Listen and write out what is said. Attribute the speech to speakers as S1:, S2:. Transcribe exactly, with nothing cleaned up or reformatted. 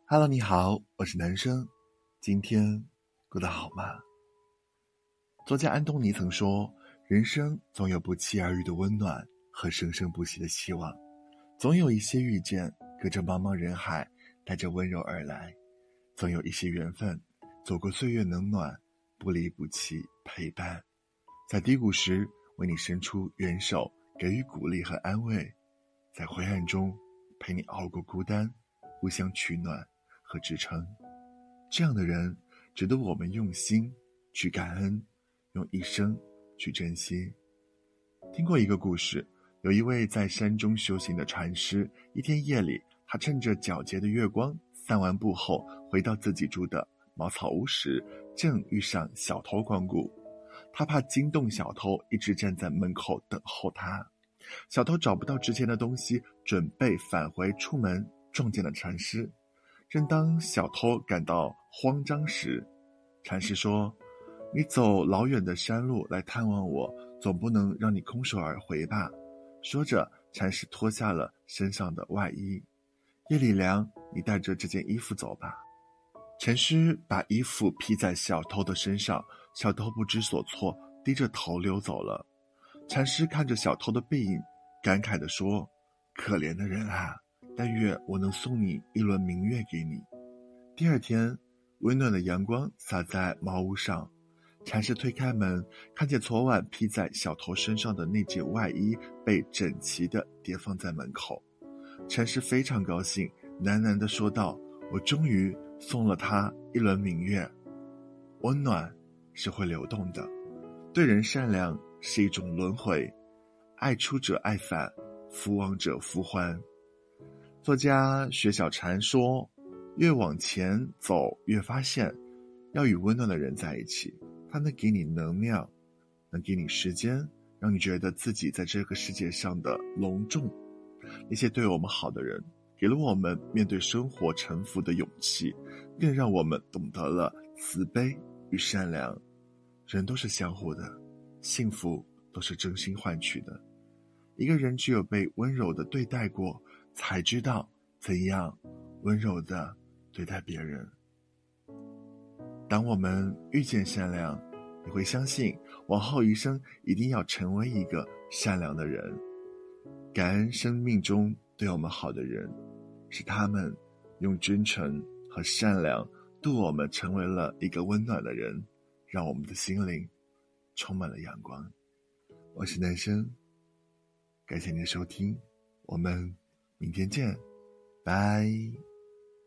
S1: Hello，你好，我是男生，今天过得好吗？作家安东尼曾说，人生总有不期而遇的温暖和生生不息的希望，总有一些遇见隔着茫茫人海带着温柔而来，总有一些缘分走过岁月冷暖，不离不弃陪伴，在低谷时为你伸出援手，给予鼓励和安慰，在灰暗中陪你熬过孤单，互相取暖和支撑。这样的人值得我们用心去感恩，用一生去珍惜。听过一个故事，有一位在山中修行的禅师，一天夜里，他趁着皎洁的月光散完步后，回到自己住的茅草屋时，正遇上小偷光顾。他怕惊动小偷，一直站在门口等候他。小偷找不到值钱的东西，准备返回出门，撞见了禅师。正当小偷感到慌张时，禅师说：你走老远的山路来探望我，总不能让你空手而回吧。说着，禅师脱下了身上的外衣。夜里凉，你带着这件衣服走吧。禅师把衣服披在小偷的身上，小偷不知所措，低着头溜走了。禅师看着小偷的背影，感慨地说：可怜的人啊，但愿我能送你一轮明月给你。第二天，温暖的阳光洒在茅屋上，禅师推开门，看见昨晚披在小偷身上的那件外衣被整齐地叠放在门口。禅师非常高兴，喃喃地说道：我终于送了他一轮明月。温暖是会流动的，对人善良是一种轮回，爱出者爱返，福往者福还。作家薛小禅说，越往前走越发现，要与温暖的人在一起，他能给你能量，能给你时间，让你觉得自己在这个世界上的隆重。那些对我们好的人，给了我们面对生活沉浮的勇气，更让我们懂得了慈悲与善良。人都是相互的，幸福都是真心换取的。一个人只有被温柔地对待过，才知道怎样温柔地对待别人。当我们遇见善良，你会相信往后一生一定要成为一个善良的人。感恩生命中对我们好的人，是他们用真诚和善良度我们成为了一个温暖的人，让我们的心灵充满了阳光。我是男生，感谢您的收听，我们明天见，拜。